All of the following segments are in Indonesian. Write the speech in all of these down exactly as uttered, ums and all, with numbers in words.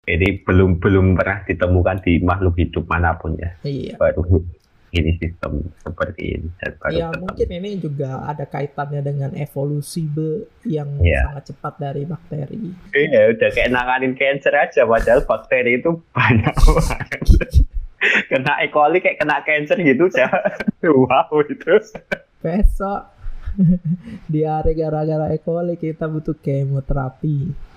Ini belum belum pernah ditemukan di makhluk hidup manapun ya. Iya. Baru ini sistem seperti ini dan baru Ya ketemu. mungkin ini juga ada kaitannya dengan evolusi be yang Iya. sangat cepat dari bakteri. Iya, udah kayak nanganin cancer aja, padahal bakteri itu banyak banget. Kena E. coli kayak kena cancer gitu ya. Wow itu. Besok diare gara-gara E. coli kita butuh kemoterapi.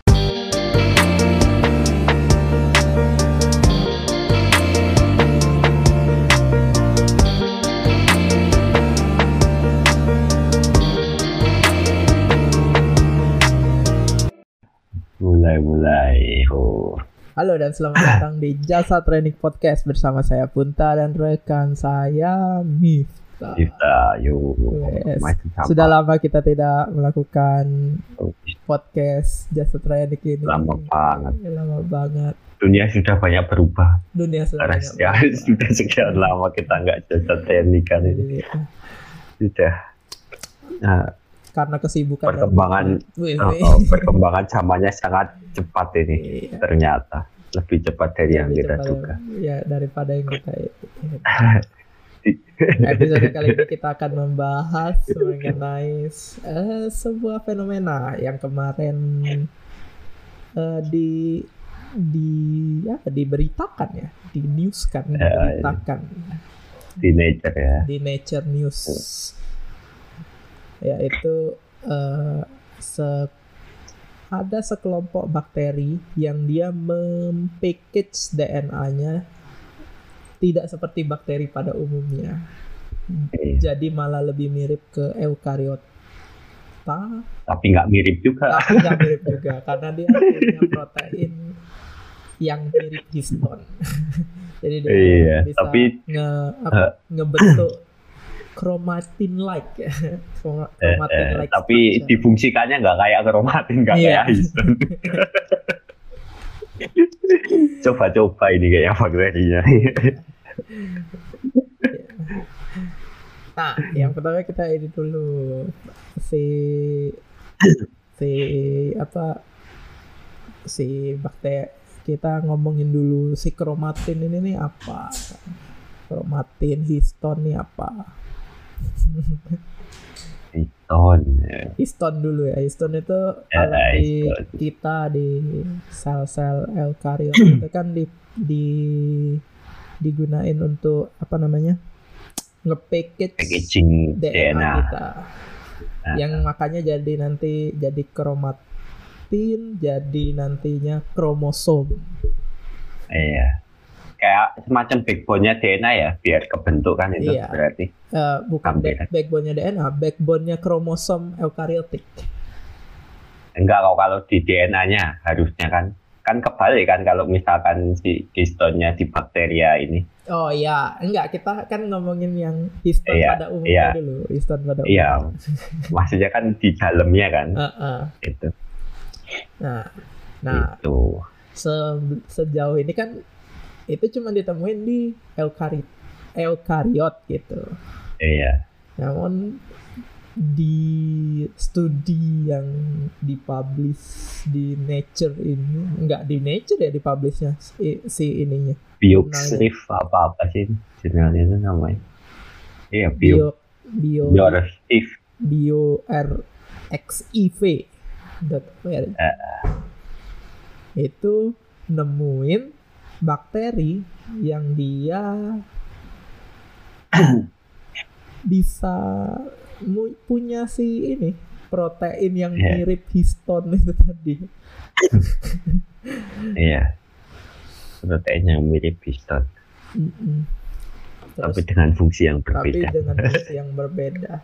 Mulai-mulai. Oh. Halo dan selamat datang di Jasa Training Podcast bersama saya Punta dan rekan saya Miftah. Kita yuk. Yes. Masih sama. Sudah lama kita tidak melakukan Oh, podcast Jasa Training ini. lama banget. Lama banget. Dunia sudah banyak berubah. Dunia sudah Karena banyak ya, berubah. sudah sekian lama kita nggak jasa teknik kan ini. Iya. Sudah. Nah, Karena kesibukan perkembangan dan... Wih, oh, wih. oh, perkembangan zamannya sangat cepat ini. Iya. Ternyata lebih cepat dari yang Lebih kita cepat, duga. ya daripada yang kita episode kali ini kita akan membahas mengenai uh, sebuah fenomena yang kemarin uh, di di ya diberitakan ya di news kan Ya, diberitakan di Nature ya. di Nature News, yaitu uh, se ada sekelompok bakteri yang dia mempackage D N A-nya tidak seperti bakteri pada umumnya. Iya. Jadi malah lebih mirip ke eukariota. Tapi nggak mirip juga. Tapi nggak mirip juga karena dia punya protein yang mirip histon. Jadi dia Iya, bisa tapi- nge, apa, ngebentuk kromatin like ya. Eh, Kromatin eh, like tapi structure. difungsikannya nggak kayak kromatin, nggak Iya. kayak histon. Coba-coba ini kayak bakterinya. Nah, yang pertama kita ini dulu si si apa si bakteri, kita ngomongin dulu si kromatin ini nih apa? Kromatin, histon nih apa? Histon. Histon dulu ya. Histon itu Ya, kalau di histon. kita di sel-sel eukariot itu kan di di digunain untuk apa namanya? Nge-package Packaging D D N N A A. kita. Nah. Yang makanya jadi nanti jadi kromatin, jadi nantinya kromosom. Iya. Kayak semacam backbone-nya D N A ya, biar kebentuk kan itu Iya. berarti. Eh, bukan Hampir. back- backbone-nya D N A, backbone-nya kromosom eukariotik. Enggak, kalau kalau di D N A-nya harusnya kan kan kebalik kan kalau misalkan si histonnya di bakteria ini. Oh iya, enggak, kita kan ngomongin yang histon Iya, pada umumnya iya. dulu, histon pada Iya. umumnya. Maksudnya kan di dalamnya kan Heeh. itu. Nah, nah Itu. se- sejauh ini kan itu cuma ditemuin di eukariot, eukariot gitu. Iya. Namun di studi yang dipublish di Nature ini, enggak di Nature ya dipublishnya si, si ininya Bioxrif apa apa sih jurnalnya itu namanya? Iya, bio bio bio Bioxrif. bio r x i v dot where itu nemuin bakteri yang dia bisa mu- punya si ini protein yang Yeah. mirip histon itu tadi. Iya. Protein yang mirip histon, Mm-mm. tapi Terus, dengan fungsi yang tapi berbeda. dengan fungsi yang berbeda.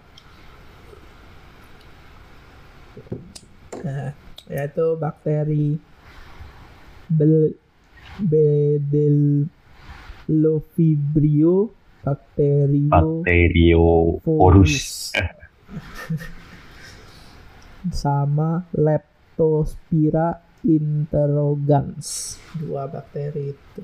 Nah, yaitu bakteri bel Bedelofibrio Bacterio Bakteriophorus. sama Leptospira interrogans, dua bakteri itu.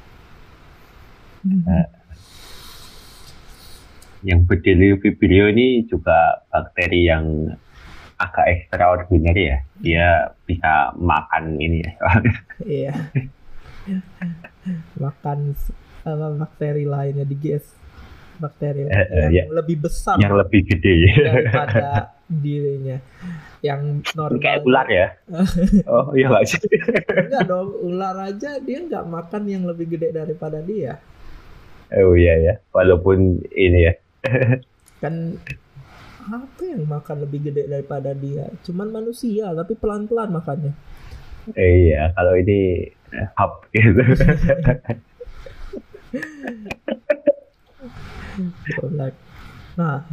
Yang Bedelofibrio ini juga bakteri yang agak extraordinary ya. Dia bisa makan ini ya. Iya. makan apa, bakteri lainnya diges bakteri Eh, eh, yang ya, lebih besar yang lebih gede. daripada dirinya yang Ini kayak normal. ular ya? Oh iya nggak sih? Enggak dong, ular aja dia nggak makan yang lebih gede daripada dia. Oh iya ya, walaupun ini ya. Kan apa yang makan lebih gede daripada dia? Cuman manusia, tapi pelan-pelan makannya. Eh, iya, kalau ini eh, hub gitu. Nah,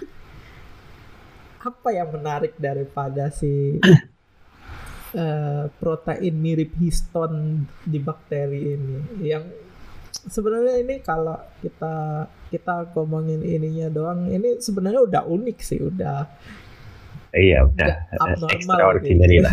apa yang menarik daripada si uh, protein mirip histon di bakteri ini? Yang sebenarnya ini kalau kita kita ngomongin ininya doang, ini sebenarnya udah unik sih, udah. Iya, udah extraordinary gitu lah.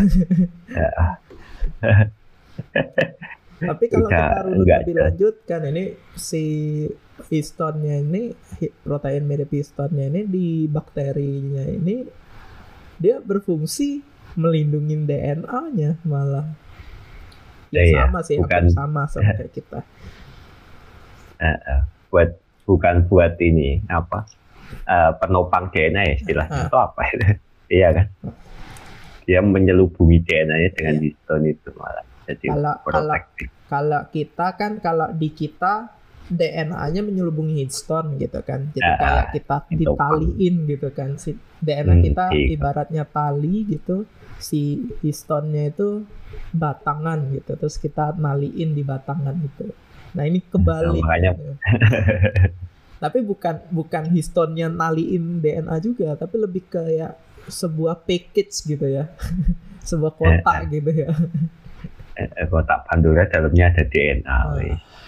Tapi kalau udah, kita runut lebih lanjut kan, ini si histonnya ini, protein mirip histonnya ini di bakterinya ini dia berfungsi melindungi D N A-nya malah. Ya, ya sama sih, bukan sama sama kayak kita. Uh, uh, buat bukan buat ini apa uh, penopang D N A ya istilahnya, itu uh. apa itu? Iya kan? Dia menyelubungi D N A-nya dengan yeah. histon itu malah. Jadi kalau, kalau, kalau kita kan, kalau di kita D N A-nya menyelubungi histon gitu kan. Jadi uh, kayak kita ditaliin gitu kan. Si D N A hmm, kita iya. ibaratnya tali gitu. Si histonnya itu batangan gitu. Terus kita naliin di batangan gitu. Nah ini kebalik. Nah, gitu. Tapi bukan bukan histonnya naliin D N A juga, tapi lebih kayak sebuah package gitu ya. Sebuah kotak eh, gitu ya. Eh, kotak Pandora dalamnya ada D N A. Oh.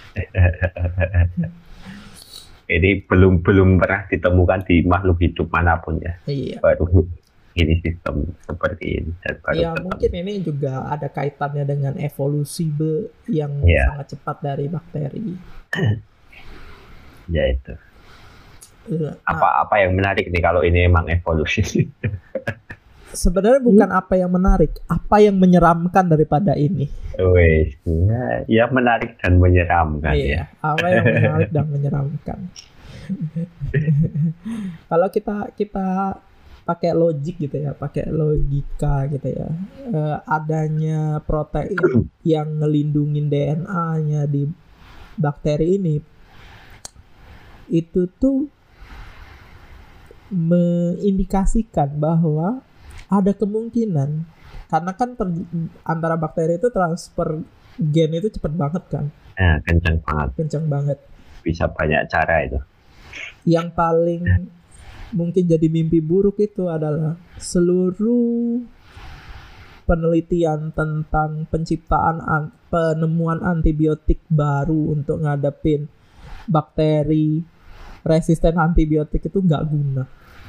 Ini belum belum pernah ditemukan di makhluk hidup manapun ya. Iya. Baru ini sistem seperti ini. Baru ya ketemu. Mungkin ini juga ada kaitannya dengan evolusi be yang yeah. sangat cepat dari bakteri. Ya itu. Nah, apa apa yang menarik nih kalau ini emang evolusi? Sebenarnya bukan apa yang menarik, apa yang menyeramkan daripada ini. Wes, ya, ya menarik dan menyeramkan. Iya, ya. Apa yang menarik dan menyeramkan. Kalau kita kita pakai logik gitu ya, pakai logika gitu ya, eh, adanya protein yang ngelindungin D N A-nya di bakteri ini, itu tuh mengindikasikan bahwa ada kemungkinan, karena kan ter, antara bakteri itu transfer gen itu cepet banget kan. Eh, kencang banget. Kencang banget. Bisa banyak cara itu. Yang paling mungkin jadi mimpi buruk itu adalah seluruh penelitian tentang penciptaan an, penemuan antibiotik baru untuk ngadepin bakteri resisten antibiotik itu nggak guna.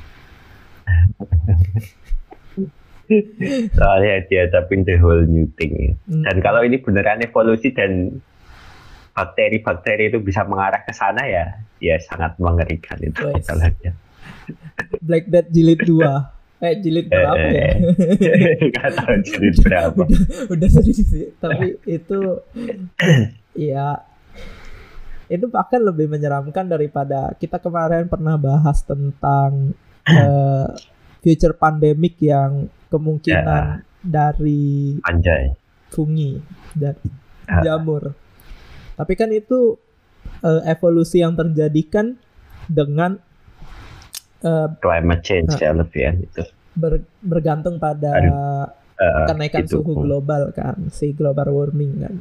Soalnya dia tapi the whole new thing. Hmm. Dan kalau ini beneran evolusi dan bakteri-bakteri itu bisa mengarah ke sana ya, ya sangat mengerikan itu masalahnya. Black Death jilid dua. Eh jilid berapa eh, ya? Enggak tahu jilid berapa. udah udah sering sih, tapi itu ya itu bahkan lebih menyeramkan daripada kita kemarin pernah bahas tentang uh, future pandemic yang kemungkinan ya. Dari Anjay. fungi dan jamur. Tapi kan itu uh, evolusi yang terjadi kan dengan uh, climate change uh, ya lebih ya itu. Ber, bergantung pada uh, kenaikan itu. Suhu global kan, si global warming kan.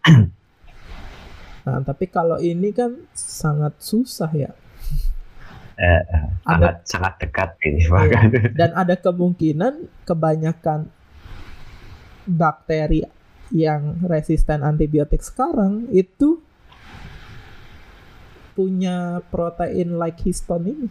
Nah, tapi kalau ini kan sangat susah ya. Eh, sangat ada, sangat dekat ini bahkan. Dan ada kemungkinan kebanyakan bakteri yang resisten antibiotik sekarang itu punya protein like histon ini.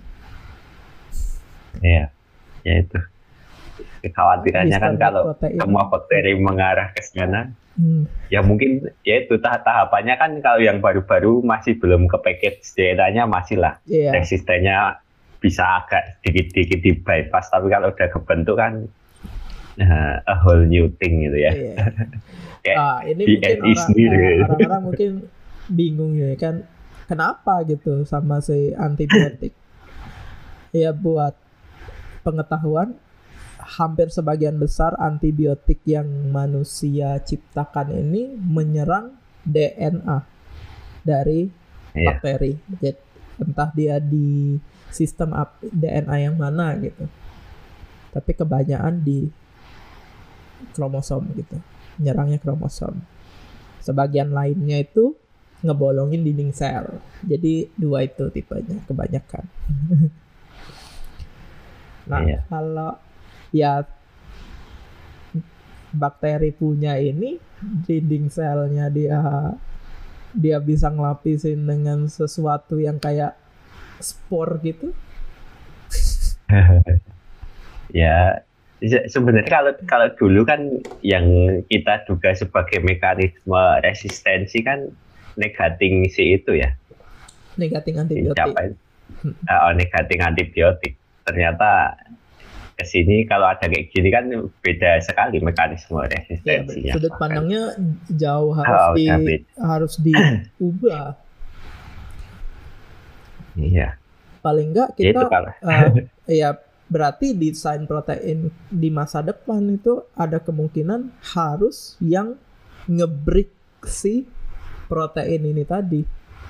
Iya, ya itu. Kekhawatirannya kan kalau protein. Semua bakteri mengarah ke sana. Hmm. Ya mungkin ya itu tahap-tahapannya kan kalau yang baru-baru masih belum ke package D N A-nya masih lah yeah. Resistennya bisa agak sedikit-sedikit di bypass, tapi kalau udah kebentuk kan uh, a whole new thing gitu ya. Yeah. kayak ah, ini di mungkin N I orang, sendiri. uh, orang-orang mungkin bingung ya kan, kenapa gitu sama si antibiotik. Ya buat pengetahuan, hampir sebagian besar antibiotik yang manusia ciptakan ini menyerang D N A dari Iya. bakteri. Jadi, entah dia di sistem D N A yang mana gitu. Tapi kebanyakan di kromosom gitu. Nyerangnya kromosom. Sebagian lainnya itu ngebolongin dinding sel. Jadi dua itu tipenya kebanyakan. Nah, iya. Kalau ya bakteri punya ini dinding selnya dia dia bisa ngelapisin dengan sesuatu yang kayak spor gitu. Ya sebenarnya kalau kalau dulu kan yang kita duga sebagai mekanisme resistensi kan negating si itu ya, negating antibiotik. Oh, negating antibiotik. Ternyata kesini kalau ada kayak gini kan beda sekali mekanisme resistensinya. Ya, sudut pandangnya jauh harus oh, di David. harus diubah. Iya. Paling enggak kita uh, ya berarti desain protein di masa depan itu ada kemungkinan harus yang nge-break si protein ini tadi.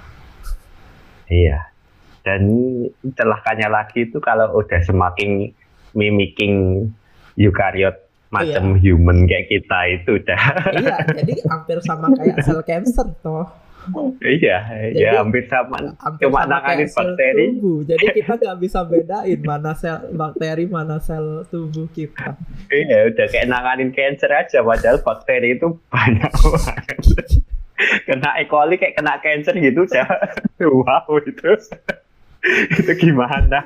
Iya. Dan celakanya lagi itu kalau udah semakin mimicking eukariot macam iya. human kayak kita itu udah. Iya, jadi hampir sama kayak sel cancer toh. Iya, jadi, ya hampir sama. Hampir cuma sama nanganin bakteri. Tubuh. Jadi kita nggak bisa bedain mana sel bakteri, mana sel tubuh kita. Iya, udah kayak nanganin cancer aja, padahal bakteri itu banyak banget. Kena E. coli kayak kena cancer gitu aja. Wow itu. Itu gimana?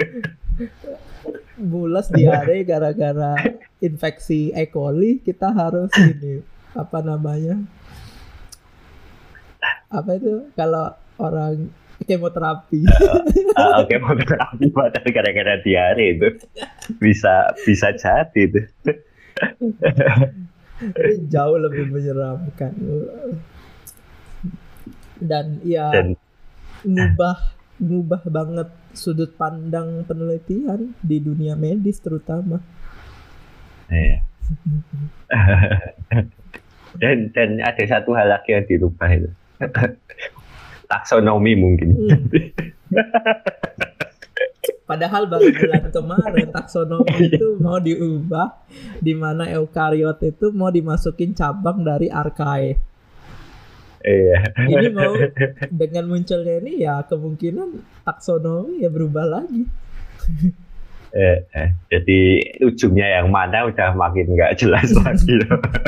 Mules diare gara-gara infeksi E. coli, kita harus ini apa namanya? Apa itu kalau orang kemoterapi? Uh, uh, kemoterapi padahal gara-gara diare itu bisa bisa jadi itu. Jauh lebih menyeramkan. Dan ya Dan, ngubah ngubah banget sudut pandang penelitian di dunia medis terutama. Iya. dan dan ada satu hal lagi yang dirubah itu. Taksonomi mungkin. Hmm. Padahal baru bulan kemarin taksonomi itu mau diubah, di mana eukariot itu mau dimasukin cabang dari archaea. Iya. Ini mau dengan munculnya ini ya kemungkinan taksonomi ya berubah lagi. Eh, eh, jadi ujungnya yang mana udah makin nggak jelas lagi.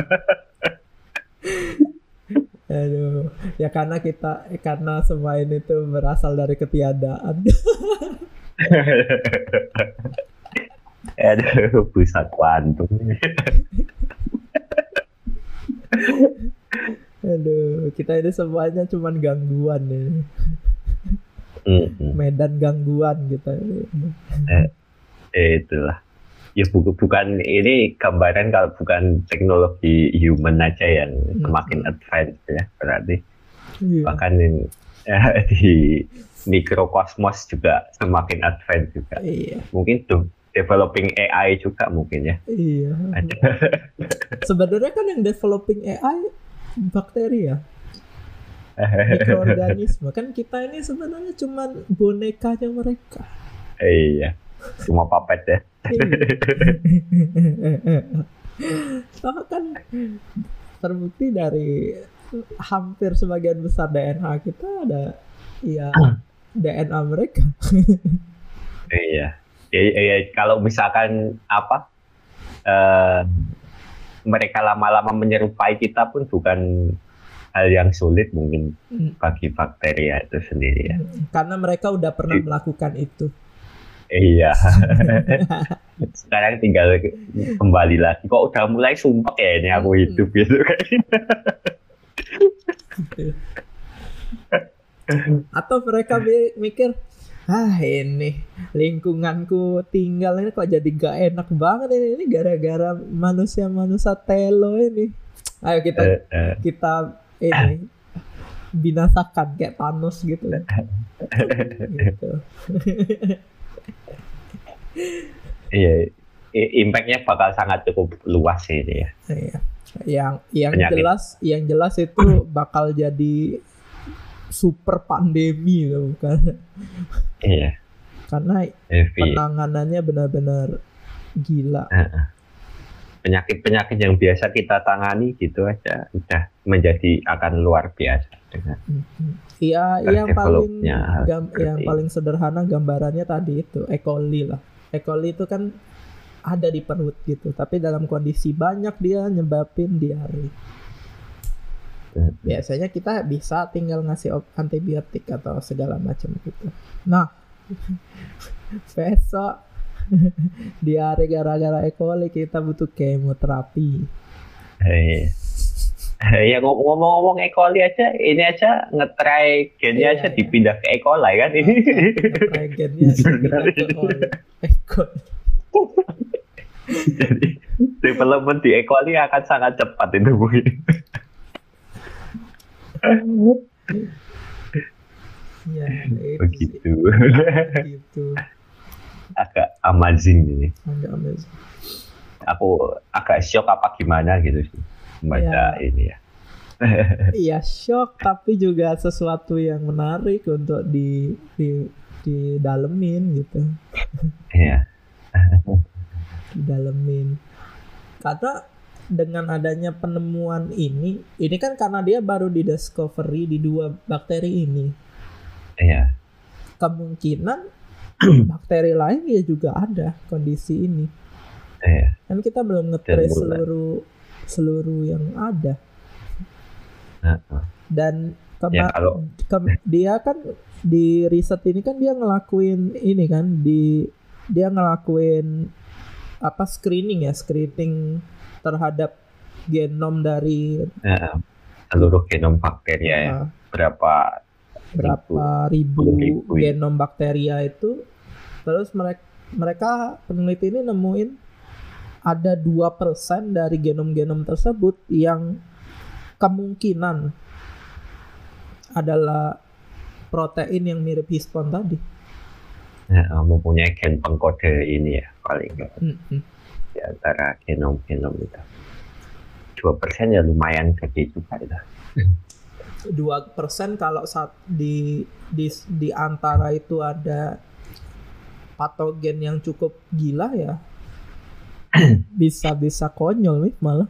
Aduh, ya karena kita karena semua ini tuh berasal dari ketiadaan. Aduh, pusat kuantum. Aduh, kita ini semuanya cuman gangguan nih. Mm-hmm. Medan gangguan kita ini. Eh, itulah. Ya bukan, bukan ini gambaran kalau bukan teknologi human aja yang hmm. semakin advance ya berarti yeah. bahkan in, ya, di mikrokosmos juga semakin advance juga yeah. mungkin tuh developing A I juga mungkin ya iya yeah. Sebenarnya kan yang developing A I bakteri ya mikroorganisme kan kita ini sebenarnya cuma bonekanya mereka. Iya. Cuma papet ya. Nah, kan terbukti dari hampir sebagian besar D N A kita ada ya D N A mereka. Iya. Ya, ya, kalau misalkan apa uh, mereka lama-lama menyerupai kita pun bukan hal yang sulit mungkin bagi bakteri itu sendiri ya. Karena mereka udah pernah melakukan itu. Iya. Sekarang tinggal kembali lagi. Kok udah mulai sumpah ya ini aku hidup gitu kan. Atau mereka mikir, ah ini lingkunganku tinggal ini kok jadi gak enak banget ini, ini gara-gara manusia-manusia telo ini. Ayo kita uh, uh. kita ini binasakan kayak Thanos gitu. Gitu. Iya, impactnya bakal sangat cukup luas sih ini ya. Iya. Yang yang Penyakit. jelas, yang jelas itu bakal jadi super pandemi loh, bukan? Iya. Karena Heavy. penanganannya benar-benar gila. Penyakit-penyakit yang biasa kita tangani gitu aja udah menjadi akan luar biasa dengan. Iya, yang paling gam, yang paling sederhana gambarannya tadi itu E. coli lah. E. coli itu kan ada di perut gitu, tapi dalam kondisi banyak dia nyebabin diare. Biasanya kita bisa tinggal ngasih antibiotik atau segala macam gitu. Nah, besok diare gara-gara E. coli kita butuh kemoterapi. Hey. Ya ngomong-ngomong E. coli aja, ini aja ngetry gennya iya, aja iya. dipindah ke E. coli kan ini. Ngetry gennya dipindah ke E. coli. Jadi development di E. coli akan sangat cepat itu mungkin. Ya, begitu. Begitu. Agak amazing ini. Agak amazing. Aku agak shock apa gimana gitu sih membaca ya. ini ya. Iya shock, tapi juga sesuatu yang menarik untuk di di di dalemin gitu. Iya. Dalemin. Karena dengan adanya penemuan ini, ini kan karena dia baru di discovery di dua bakteri ini. Iya. Kemungkinan bakteri lain ya juga ada kondisi ini. Iya. Kan kita belum nge-trace seluruh seluruh yang ada. Uh-uh. Dan kema- ya, kalau... ke- dia kan di riset ini kan dia ngelakuin ini kan di dia ngelakuin apa screening ya screening terhadap genom dari uh, seluruh genom bakteria uh, ya berapa berapa ribu, ribu, ribu genom bakteria itu. Terus mereka mereka peneliti ini nemuin ada dua persen dari genom-genom tersebut yang kemungkinan adalah protein yang mirip hispon tadi. Ya, mempunyai gen pengkode ini ya paling mm-hmm. di antara genom-genom itu. dua persen ya lumayan gede juga itu. dua persen kalau saat di, di di antara itu ada patogen yang cukup gila ya. Bisa-bisa konyol nih malah.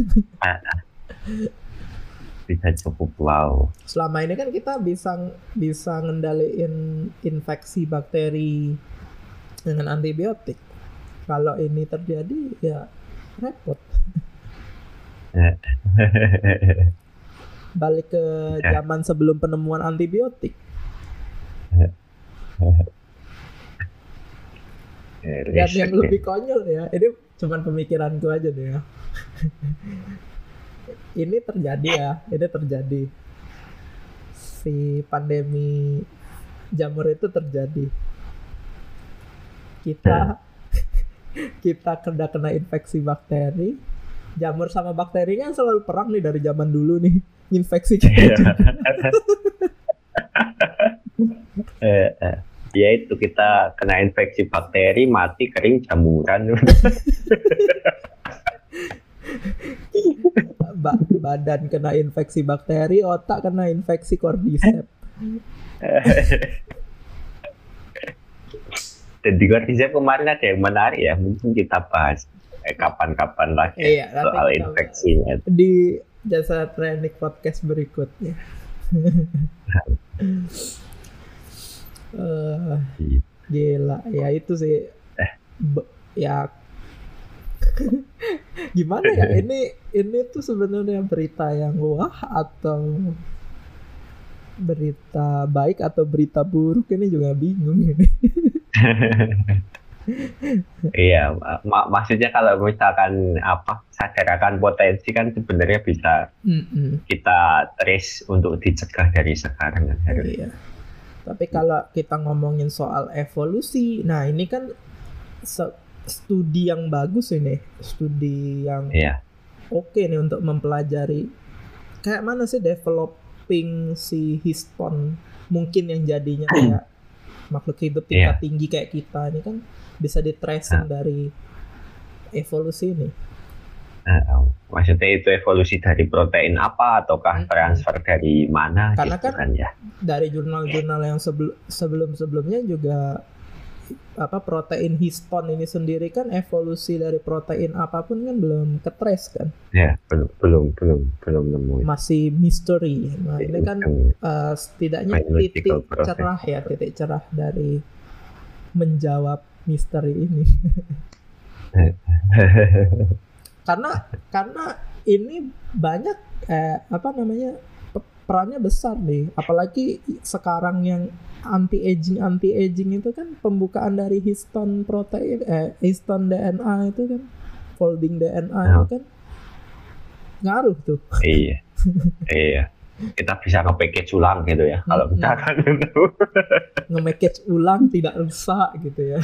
Bisa cukup wow. Selama ini kan kita bisa bisa ngendaliin infeksi bakteri dengan antibiotik. Kalau ini terjadi ya repot. Balik ke zaman sebelum penemuan antibiotik. Dan yang lebih konyol ya, ini cuman pemikiranku aja deh ya. Ini terjadi ya, ini terjadi. Si pandemi jamur itu terjadi. Kita kita kena kena infeksi bakteri. Jamur sama bakteri kan selalu perang nih dari zaman dulu nih, infeksi kita. eh, eh, ya itu kita kena infeksi bakteri, mati kering jamuran. ba- badan kena infeksi bakteri, otak kena infeksi cordyceps. Dan di cordyceps kemarin ada yang menarik ya, mungkin kita bahas eh, kapan-kapan lagi iya, soal infeksinya. Di Jasa Training Podcast berikutnya. uh, gila, ya itu sih. Be- ya gimana ya ini ini tuh sebenarnya berita yang wah atau berita baik atau berita buruk, ini juga bingung ini. Iya, mak- maksudnya kalau misalkan apa sadarakan potensi kan sebenarnya bisa Mm-mm. kita trace untuk dicegah dari sekarang kan. Iya. Tapi kalau kita ngomongin soal evolusi, nah ini kan se- studi yang bagus ini, studi yang Iya. oke okay nih untuk mempelajari kayak mana sih developing si histon mungkin yang jadinya kayak makhluk hidup tingkat yeah. tinggi kayak kita ini kan bisa di tracing uh. dari evolusi ini. Uh, maksudnya itu evolusi dari protein apa ataukah hmm. transfer dari mana? Karena gitu kan, kan ya. Dari jurnal-jurnal yang sebel, sebelum-sebelumnya juga apa protein histon ini sendiri kan evolusi dari protein apapun kan belum ketrace kan? Ya belum belum belum belum nemu. Masih misteri. Nah ini kan uh, setidaknya titik cerah ya titik cerah dari menjawab misteri ini. karena karena ini banyak eh, apa namanya perannya besar nih, apalagi sekarang yang anti aging anti aging itu kan pembukaan dari histon protein eh histon D N A itu kan folding D N A oh. itu kan ngaruh tuh. Iya iya kita bisa nge-package ulang gitu ya kalau hmm, kita kan itu nge-package ulang tidak rusak gitu ya.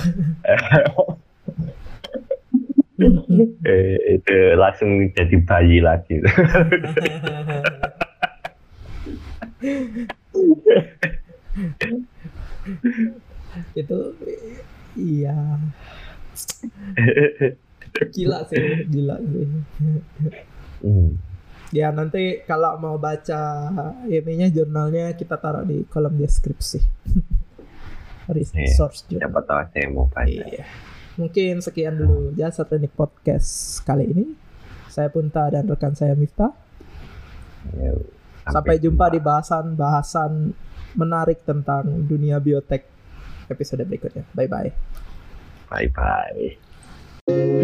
eh, itu langsung jadi bayi lagi. Itu iya gila sih gila sih. hmm. Ya nanti kalau mau baca ininya jurnalnya kita taruh di kolom deskripsi. Resource yeah, siapa tahu saya mau baca. Iya. Mungkin sekian dulu Jasa Teknik Podcast kali ini. Saya Punta dan rekan saya Miftah. Ya, sampai, sampai jumpa, jumpa di bahasan-bahasan menarik tentang dunia biotek episode berikutnya. Bye bye. Bye bye.